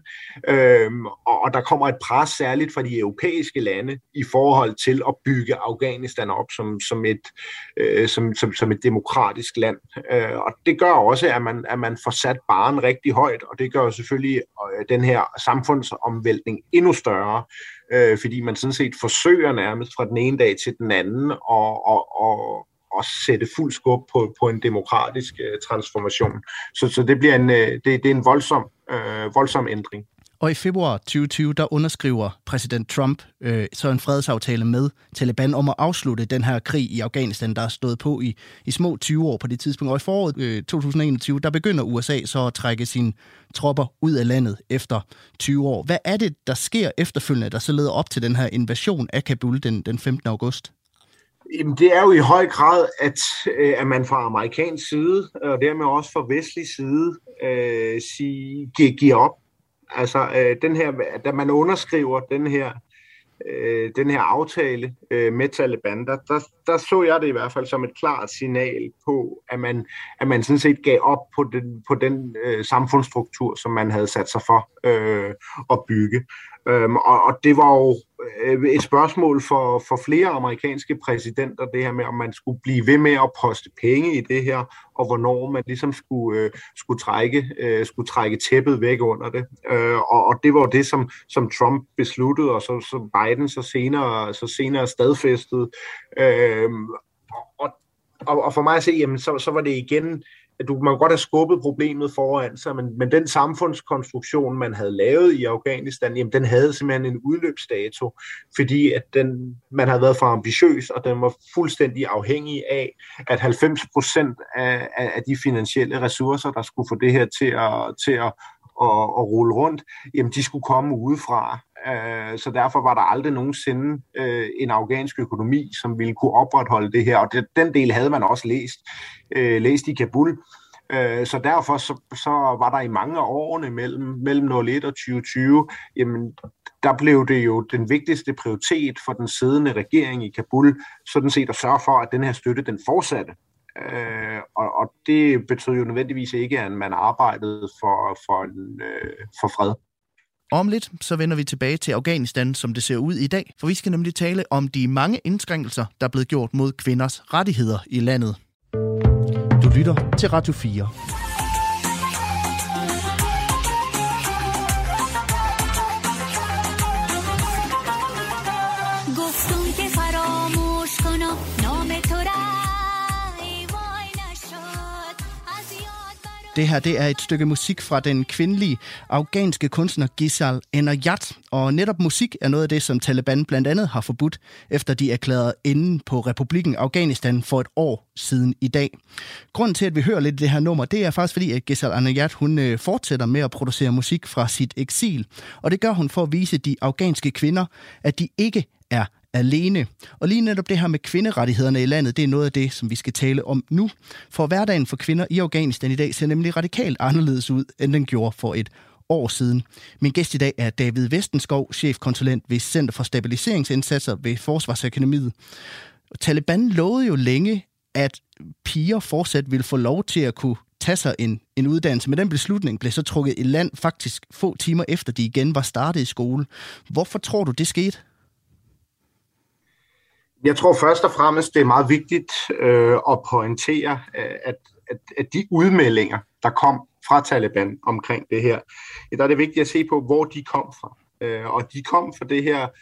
uh, og, og der kommer et pres særligt fra de europæiske lande i forhold til at bygge Afghanistan op som, som, et, uh, som, som, som et demokratisk land. Uh, og det gør også, at man, at man får sat barren rigtig højt, og det gør selvfølgelig uh, den her samfundsomvæltning endnu større, Øh, fordi man sådan set forsøger nærmest fra den ene dag til den anden og, og, og, og sætte fuld skub på, på en demokratisk øh, transformation. Så, så det bliver en, øh, det, det er en voldsom, øh, voldsom ændring. Og i februar tyve tyve, der underskriver præsident Trump øh, så en fredsaftale med Taliban om at afslutte den her krig i Afghanistan, der er stået på i, i små tyve år på det tidspunkt. Og i foråret øh, to tusind og enogtyve, der begynder U S A så at trække sine tropper ud af landet efter tyve år. Hvad er det, der sker efterfølgende, der så leder op til den her invasion af Kabul den, den femtende august? Jamen, det er jo i høj grad, at, at man fra amerikansk side, og dermed også fra vestlig side, øh, siger, giver op. Altså, øh, den her, da man underskriver den her, øh, den her aftale øh, med Taliban, der, der, der så jeg det i hvert fald som et klart signal på, at man, at man sådan set gav op på den, på den øh, samfundsstruktur, som man havde sat sig for øh, at bygge. Øhm, og, og det var jo øh, et spørgsmål for, for flere amerikanske præsidenter, det her med, om man skulle blive ved med at poste penge i det her, og hvornår man ligesom skulle, øh, skulle, trække, øh, skulle trække tæppet væk under det. Øh, og, og det var det, som, som Trump besluttede, og så, så Biden så senere, så senere stadfæstede. Øh, og, og, og for mig at se, jamen, så, så var det igen, at du, man godt have skubbet problemet foran sig, men, men den samfundskonstruktion, man havde lavet i Afghanistan, jamen, den havde simpelthen en udløbsdato, fordi at den, man havde været for ambitiøs, og den var fuldstændig afhængig af, at halvfems procent af, af, af de finansielle ressourcer, der skulle få det her til at, til at, at, at rulle rundt, jamen, de skulle komme udefra. Så derfor var der aldrig nogensinde øh, en afghansk økonomi, som ville kunne opretholde det her, og det, den del havde man også læst, øh, læst i Kabul. Øh, så derfor så, så var der i mange af årene mellem, mellem nul et og tyve tyve, jamen, der blev det jo den vigtigste prioritet for den siddende regering i Kabul, sådan set at sørge for, at den her støtte, den fortsatte. Øh, og, og det betød jo nødvendigvis ikke, at man arbejdede for, for, en, øh, for fred. Om lidt, så vender vi tilbage til Afghanistan, som det ser ud i dag, for vi skal nemlig tale om de mange indskrænkelser, der er blevet gjort mod kvinders rettigheder i landet. Du lytter til Radio fire. Det her det er et stykke musik fra den kvindelige afghanske kunstner Ghizal Enayat, og netop musik er noget af det, som Taliban blandt andet har forbudt, efter de erklærede enden på Republikken Afghanistan for et år siden i dag. Grunden til, at vi hører lidt det her nummer, det er faktisk fordi, at Ghizal Enayat hun fortsætter med at producere musik fra sit eksil, og det gør hun for at vise de afghanske kvinder, at de ikke er alene. Og lige netop det her med kvinderettighederne i landet, det er noget af det, som vi skal tale om nu. For hverdagen for kvinder i Afghanistan i dag ser nemlig radikalt anderledes ud, end den gjorde for et år siden. Min gæst i dag er David Vestenskov, chefkonsulent ved Center for Stabiliseringsindsatser ved Forsvarsakademiet. Taliban lovede jo længe, at piger fortsat ville få lov til at kunne tage sig en, en uddannelse, men den beslutning blev så trukket i land faktisk få timer efter, de igen var startet i skole. Hvorfor tror du, det skete? Jeg tror først og fremmest, det er meget vigtigt øh, at pointere, at, at, at de udmeldinger, der kom fra Taliban omkring det her, der er det vigtigt at se på, hvor de kom fra. Øh, og de kom fra det her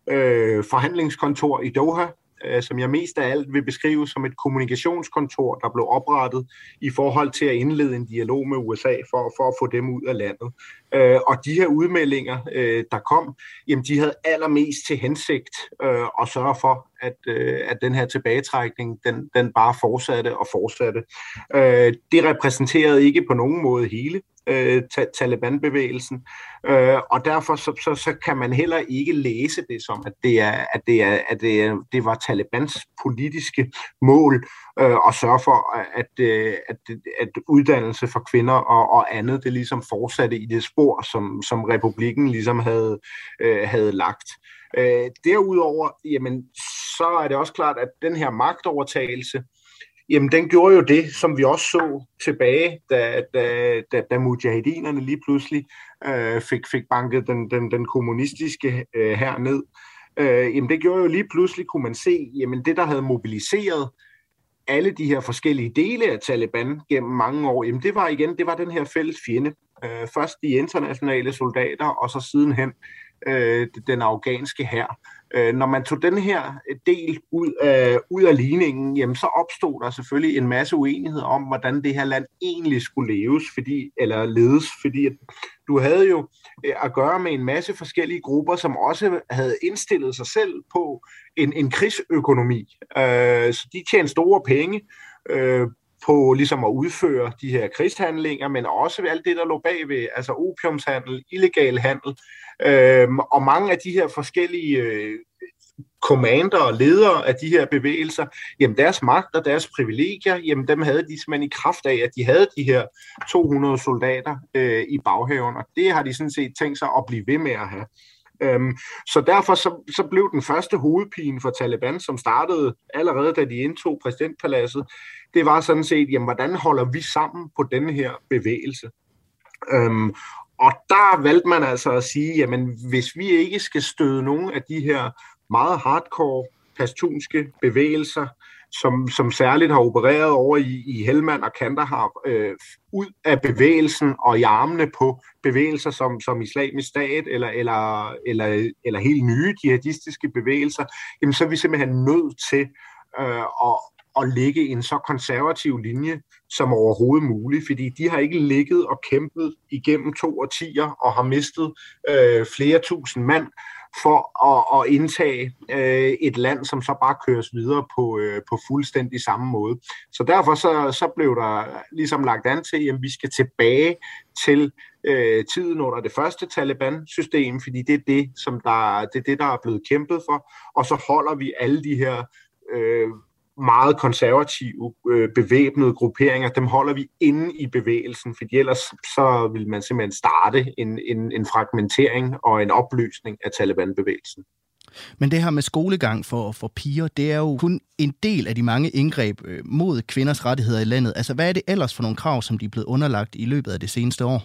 øh, forhandlingskontor i Doha, øh, som jeg mest af alt vil beskrive som et kommunikationskontor, der blev oprettet i forhold til at indlede en dialog med U S A for, for at få dem ud af landet. Øh, og de her udmeldinger, øh, der kom, jamen de havde allermest til hensigt øh, at sørge for, at, øh, at den her tilbagetrækning, den, den bare fortsatte og fortsatte. Øh, det repræsenterede ikke på nogen måde hele øh, ta- Taliban-bevægelsen, øh, og derfor så, så, så kan man heller ikke læse det som, at det, er, at det, er, at det, er, det var Talibans politiske mål øh, at sørge for, at, øh, at, at uddannelse for kvinder og, og andet, det ligesom fortsatte i det spor, som, som republikken ligesom havde, øh, havde lagt. Øh, derudover, jamen, så er det også klart, at den her magtovertagelse, jamen, den gjorde jo det, som vi også så tilbage, da, da, da, da mujahedinerne lige pludselig øh, fik, fik banket den, den, den kommunistiske øh, her ned. Øh, jamen, det gjorde jo lige pludselig, kunne man se, jamen, det, der havde mobiliseret alle de her forskellige dele af Taliban gennem mange år, jamen, det var igen, det var den her fælles fjende. Øh, først de internationale soldater, og så sidenhen øh, den afghanske hær. Øh, når man tog den her del ud af, ud af ligningen, jamen, så opstod der selvfølgelig en masse uenighed om, hvordan det her land egentlig skulle leves, fordi, eller ledes, fordi at du havde jo øh, at gøre med en masse forskellige grupper, som også havde indstillet sig selv på en, en krigsøkonomi. Øh, så de tjente store penge øh, på ligesom at udføre de her krigshandlinger, men også alt det, der lå bagved, altså opiumshandel, illegal handel, øhm, og mange af de her forskellige øh, kommander og ledere af de her bevægelser, jamen deres magt og deres privilegier, jamen dem havde de simpelthen i kraft af, at de havde de her to hundrede soldater øh, i baghaven, og det har de sådan set tænkt sig at blive ved med at have. Øhm, så derfor så, så blev den første hovedpine for Taliban, som startede allerede, da de indtog præsidentpaladset, det var sådan set, jamen, hvordan holder vi sammen på denne her bevægelse? Øhm, og der valgte man altså at sige, jamen, hvis vi ikke skal støde nogle af de her meget hardcore pashtunske bevægelser, som, som særligt har opereret over i, i Helmand og Kandahar, øh, ud af bevægelsen og i armene på bevægelser som, som Islamisk Stat eller, eller, eller, eller helt nye jihadistiske bevægelser, jamen, så er vi simpelthen nødt til øh, at at lægge en så konservativ linje som overhovedet muligt, fordi de har ikke ligget og kæmpet igennem to årtier og har mistet øh, flere tusind mand for at, at indtage øh, et land, som så bare køres videre på, øh, på fuldstændig samme måde. Så derfor så, så blev der ligesom lagt an til, at vi skal tilbage til øh, tiden under det første Taliban-system, fordi det er det, som der, det er det, der er blevet kæmpet for, og så holder vi alle de her øh, meget konservative øh, bevæbnede grupperinger, dem holder vi inde i bevægelsen, for ellers så vil man simpelthen starte en, en, en fragmentering og en opløsning af Taliban-bevægelsen. Men det her med skolegang for, for piger, det er jo kun en del af de mange indgreb øh, mod kvinders rettigheder i landet. Altså, hvad er det ellers for nogle krav, som de er blevet underlagt i løbet af det seneste år?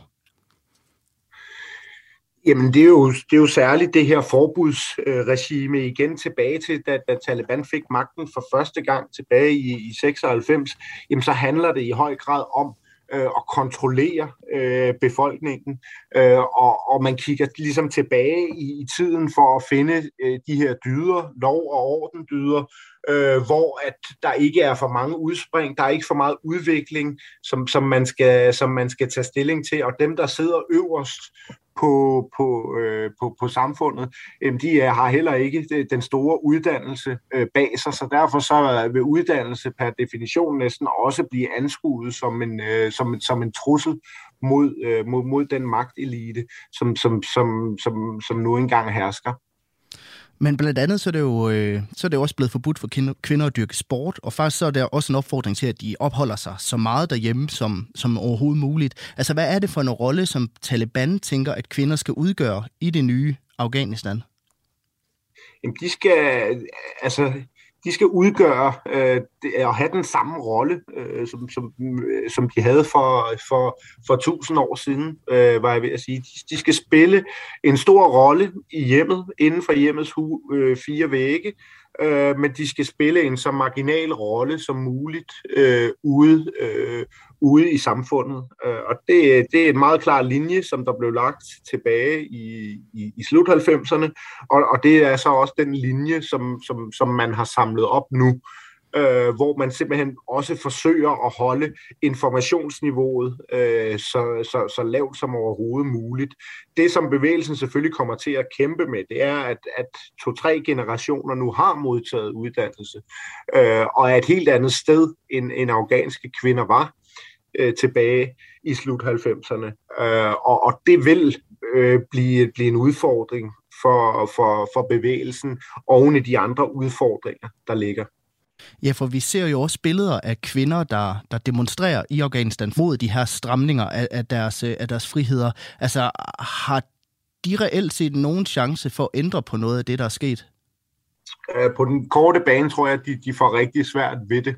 Jamen, det er, jo, det er jo særligt det her forbudsregime øh, igen tilbage til, da, da Taliban fik magten for første gang tilbage i, i seksoghalvfems, jamen så handler det i høj grad om øh, og kontrollere øh, befolkningen, øh, og, og man kigger ligesom tilbage i, i tiden for at finde øh, de her dyder, lov- og ordendyder, øh, hvor at der ikke er for mange udspring, der er ikke for meget udvikling, som, som, man skal, som man skal tage stilling til, og dem, der sidder øverst på, på, øh, på, på samfundet, øh, de er, har heller ikke den store uddannelse øh, bag sig, så derfor så vil uddannelse per definition næsten også blive anskuet som en, øh, som, som en trussel mod, øh, mod, mod den magtelite, som, som, som, som, som nu engang hersker. Men blandt andet så er det jo, øh, så er det jo også blevet forbudt for kvinder at dyrke sport, og faktisk så er der også en opfordring til, at de opholder sig så meget derhjemme som, som overhovedet muligt. Altså, hvad er det for en rolle, som Taliban tænker, at kvinder skal udgøre i det nye Afghanistan? Jamen, de skal, altså, de skal udgøre øh, og have den samme rolle, øh, som, som, som de havde for, for, for tusind år siden, øh, var jeg ved at sige. De, de skal spille en stor rolle i hjemmet, inden for hjemmets hu, øh, fire vægge, øh, men de skal spille en så marginal rolle som muligt øh, ude, øh, ude i samfundet. Øh, og det, det er en meget klar linje, som der blev lagt tilbage i, i, i slut halvfemserne, og, og det er så også den linje, som, som, som man har samlet op nu, øh, hvor man simpelthen også forsøger at holde informationsniveauet øh, så, så, så lavt som overhovedet muligt. Det, som bevægelsen selvfølgelig kommer til at kæmpe med, det er, at, at to-tre generationer nu har modtaget uddannelse, øh, og er et helt andet sted, end, end afghanske kvinder var øh, tilbage i slut halvfemserne. Øh, og, og det vil øh, blive, blive en udfordring for, for, for bevægelsen oven i de andre udfordringer, der ligger. Ja, for vi ser jo også billeder af kvinder, der, der demonstrerer i Afghanistan mod de her stramninger af, af, deres, af deres friheder. Altså, har de reelt set nogen chance for at ændre på noget af det, der er sket? På den korte bane tror jeg, at de, de får rigtig svært ved det.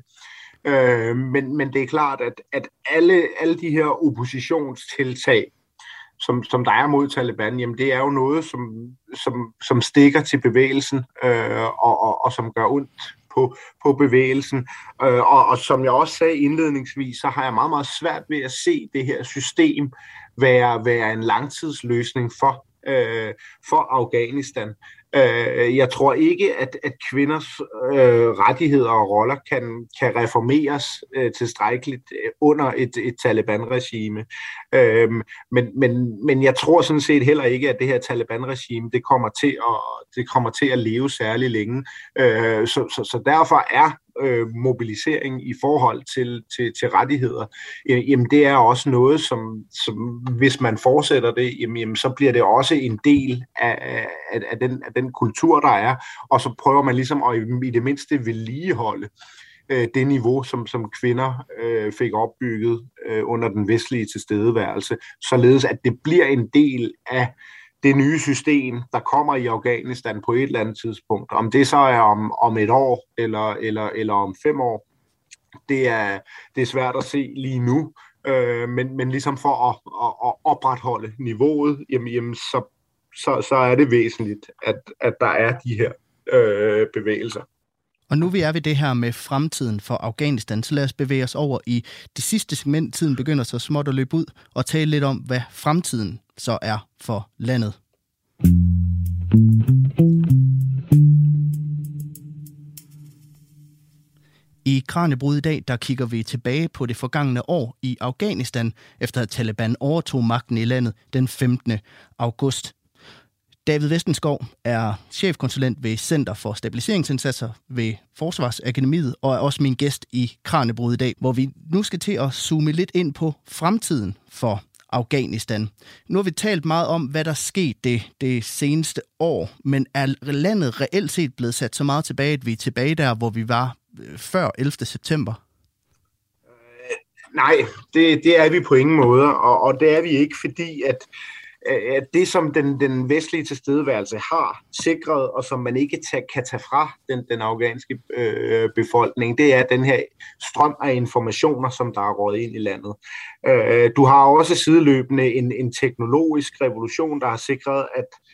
Men, men det er klart, at, at alle, alle de her oppositionstiltag, som, som der er mod Taliban, jamen det er jo noget, som, som, som stikker til bevægelsen øh, og, og, og som gør ondt på, på bevægelsen. Øh, og, og som jeg også sagde indledningsvis, så har jeg meget, meget svært ved at se det her system være, være en langtidsløsning for, øh, for Afghanistan. Øh, jeg tror ikke, at, at kvinders øh, rettigheder og roller kan, kan reformeres øh, tilstrækkeligt under et, et Taliban-regime. Øh, men, men, men jeg tror sådan set heller ikke, at det her Taliban-regime det kommer til at, det kommer til at leve særlig længe. Øh, så, så, så derfor er øh, mobilisering i forhold til, til, til rettigheder, øh, jamen det er også noget, som, som hvis man fortsætter det, jamen, jamen, så bliver det også en del af, af, af, den, af den kultur, der er, og så prøver man ligesom at i det mindste vedligeholde øh, det niveau, som, som kvinder øh, fik opbygget øh, under den vestlige tilstedeværelse, således at det bliver en del af det nye system, der kommer i Afghanistan på et eller andet tidspunkt. Om det så er om, om et år eller, eller, eller om fem år, det er, det er svært at se lige nu. Øh, men, men ligesom for at, at, at opretholde niveauet, jamen, jamen, så, så, så er det væsentligt, at, at der er de her øh, bevægelser. Og nu vi er ved det her med fremtiden for Afghanistan, så lad os bevæge os over i det sidste segment. Tiden begynder så småt at løbe ud, og tale lidt om, hvad fremtiden så er for landet. I Kraniebrud i dag, der kigger vi tilbage på det forgangne år i Afghanistan, efter at Taliban overtog magten i landet den femtende august. David Vestenskov er chefkonsulent ved Center for Stabiliseringsindsatser ved Forsvarsakademiet og er også min gæst i Kraniebrud i dag, hvor vi nu skal til at zoome lidt ind på fremtiden for Afghanistan. Nu har vi talt meget om, hvad der skete det, det seneste år, men er landet reelt set blevet sat så meget tilbage, at vi er tilbage der, hvor vi var før ellevte september? Nej, det, det er vi på ingen måde, og, og det er vi ikke, fordi at at det, som den, den vestlige tilstedeværelse har sikret, og som man ikke tage, kan tage fra den, den afghanske øh, befolkning, det er den her strøm af informationer, som der er røget ind i landet. Øh, du har også sideløbende en, en teknologisk revolution, der har sikret, at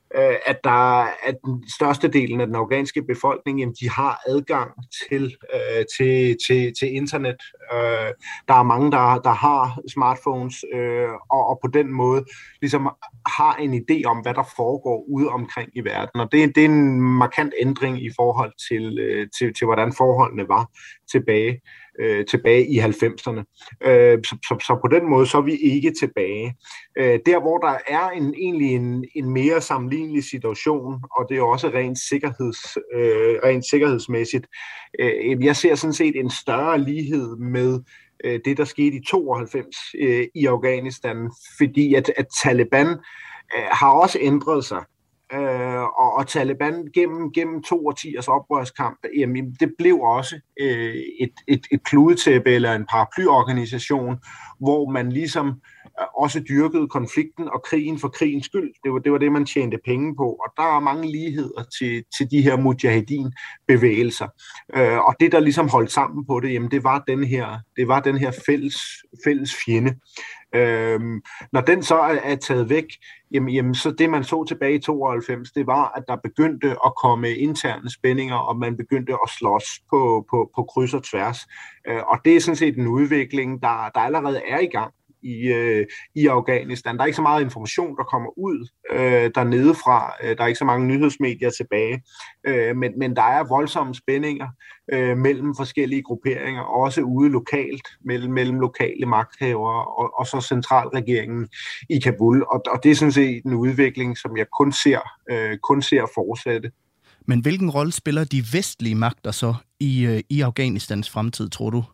at der at den største delen af den afghanske befolkning, jamen, de har adgang til, øh, til, til, til internet. Øh, der er mange, der, der har smartphones, øh, og, og på den måde ligesom har en idé om, hvad der foregår ude omkring i verden. Og det, det er en markant ændring i forhold til, øh, til, til hvordan forholdene var tilbage. Øh, tilbage i halvfemserne. Øh, så, så, så på den måde, så er vi ikke tilbage. Øh, der, hvor der er en, egentlig en, en mere sammenlignelig situation, og det er også rent, sikkerheds, øh, rent sikkerhedsmæssigt, øh, jeg ser sådan set en større lighed med øh, det, der skete i tooghalvfems øh, i Afghanistan, fordi at, at Taliban øh, har også ændret sig. Øh, og, og Taliban gennem, gennem to årtiers oprørskamp, jamen, det blev også øh, et, et, et kludetæppe eller en paraplyorganisation, hvor man ligesom øh, også dyrkede konflikten og krigen for krigens skyld. Det var det, var det man tjente penge på, og der er mange ligheder til, til de her mujahedin-bevægelser. Øh, og det, der ligesom holdt sammen på det, jamen, det var den her, det var den her fælles, fælles fjende. Øhm, når den så er, er taget væk, jamen, jamen, så det man så tilbage i tooghalvfems, det var, at der begyndte at komme interne spændinger, og man begyndte at slås på, på, på kryds og tværs. Øh, og det er sådan set en udvikling, der, der allerede er i gang i, øh, i Afghanistan. Der er ikke så meget information, der kommer ud øh, dernede fra. Der er ikke så mange nyhedsmedier tilbage, øh, men, men der er voldsomme spændinger øh, mellem forskellige grupperinger, også ude lokalt, mellem, mellem lokale magthavere og, og så centralregeringen i Kabul. Og, og det er sådan set en udvikling, som jeg kun ser, øh, kun ser fortsætte. Men hvilken rolle spiller de vestlige magter så i, øh, i Afghanistans fremtid, tror du?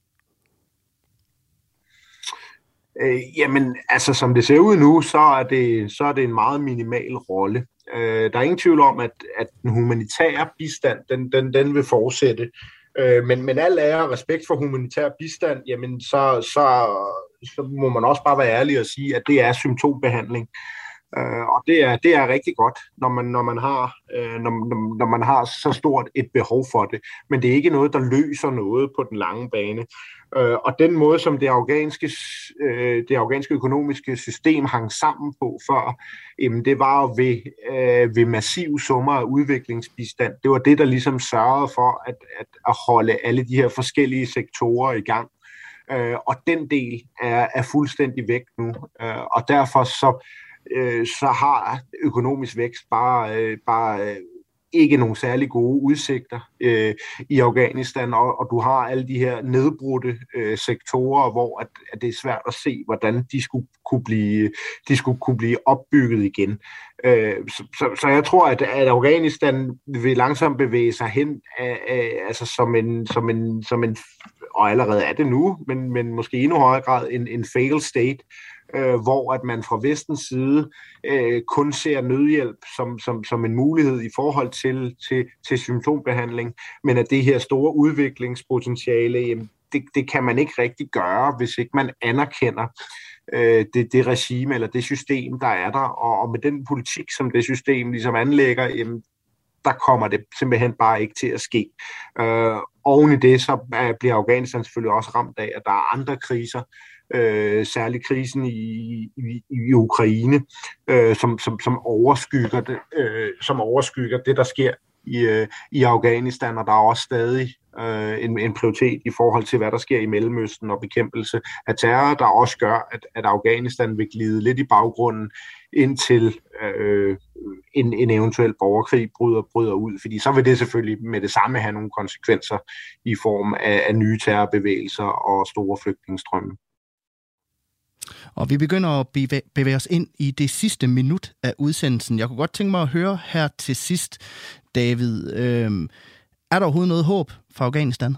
Øh, jamen, altså som det ser ud nu, så er det, så er det en meget minimal rolle. Øh, der er ingen tvivl om, at, at den humanitære bistand, den, den, den vil fortsætte. Øh, men, men al ære og respekt for humanitær bistand, jamen så, så, så må man også bare være ærlig og sige, at det er symptombehandling. Øh, og det er, det er rigtig godt, når man, når, man har, øh, når, når man har så stort et behov for det. Men det er ikke noget, der løser noget på den lange bane. Øh, og den måde, som det afghanske, øh, det afghanske økonomiske system hang sammen på før, jamen, det var jo ved, øh, ved massive summer af udviklingsbistand. Det var det, der ligesom sørgede for at, at, at holde alle de her forskellige sektorer i gang. Øh, og den del er, er fuldstændig væk nu. Øh, og derfor så så har økonomisk vækst bare, øh, bare øh, ikke nogen særlig gode udsigter øh, i Afghanistan, og, og du har alle de her nedbrudte øh, sektorer, hvor at, at det er svært at se, hvordan de skulle kunne blive, de skulle kunne blive opbygget igen. Øh, så, så, så jeg tror, at, at Afghanistan vil langsomt bevæge sig hen, af, af, altså som en, som en, som en, og allerede er det nu, men, men måske i endnu højere grad en, en failed state, Øh, hvor at man fra vestens side øh, kun ser nødhjælp som, som, som en mulighed i forhold til, til, til symptombehandling, men at det her store udviklingspotentiale, jamen, det, det kan man ikke rigtig gøre, hvis ikke man anerkender øh, det, det regime eller det system, der er der, og, og med den politik, som det system ligesom anlægger, jamen, der kommer det simpelthen bare ikke til at ske. Øh, oven i det, så bliver Afghanistan selvfølgelig også ramt af, at der er andre kriser, Øh, særligt krisen i, i, i Ukraine, øh, som, som, som, overskygger det, øh, som overskygger det, der sker i, øh, i Afghanistan, og der er også stadig øh, en, en prioritet i forhold til, hvad der sker i Mellemøsten og bekæmpelse af terror, der også gør, at, at Afghanistan vil glide lidt i baggrunden, indtil øh, en, en eventuel borgerkrig bryder, bryder ud, fordi så vil det selvfølgelig med det samme have nogle konsekvenser i form af, af nye terrorbevægelser og store flygtningestrømme. Og vi begynder at bevæge, bevæge os ind i det sidste minut af udsendelsen. Jeg kunne godt tænke mig at høre her til sidst, David. Øh, er der overhovedet noget håb for Afghanistan?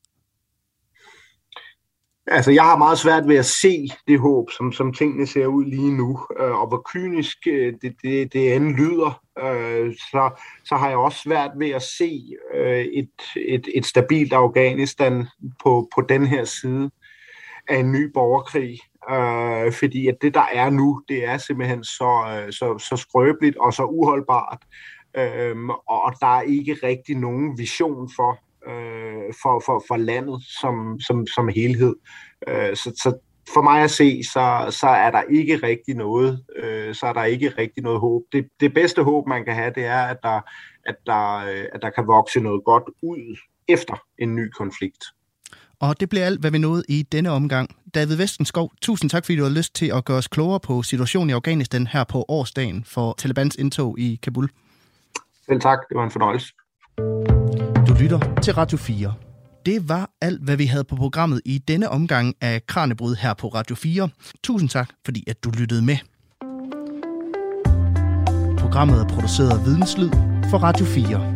Altså, jeg har meget svært ved at se det håb, som, som tingene ser ud lige nu. Øh, og hvor kynisk det, det, det end lyder, øh, så, så har jeg også svært ved at se øh, et, et, et stabilt Afghanistan på, på den her side af en ny borgerkrig. Øh, fordi at det, der er nu, det er simpelthen så, så, så skrøbeligt og så uholdbart, øh, og der er ikke rigtig nogen vision for, øh, for, for, for landet som, som, som helhed. Øh, så, så for mig at se, så, så er der ikke rigtig noget, øh, så er der ikke rigtig noget håb. Det, det bedste håb, man kan have, det er, at der, at, der, at der kan vokse noget godt ud efter en ny konflikt. Og det bliver alt, hvad vi nåede i denne omgang. David Vestenskov, tusind tak, fordi du har lyst til at gøre os klogere på situationen i Afghanistan her på årsdagen for Talibans indtog i Kabul. Selv tak, det var en fornøjelse. Du lytter til Radio fire. Det var alt, hvad vi havde på programmet i denne omgang af Kraniebrud her på Radio fire. Tusind tak, fordi at du lyttede med. Programmet er produceret af Videnslyd for Radio fire.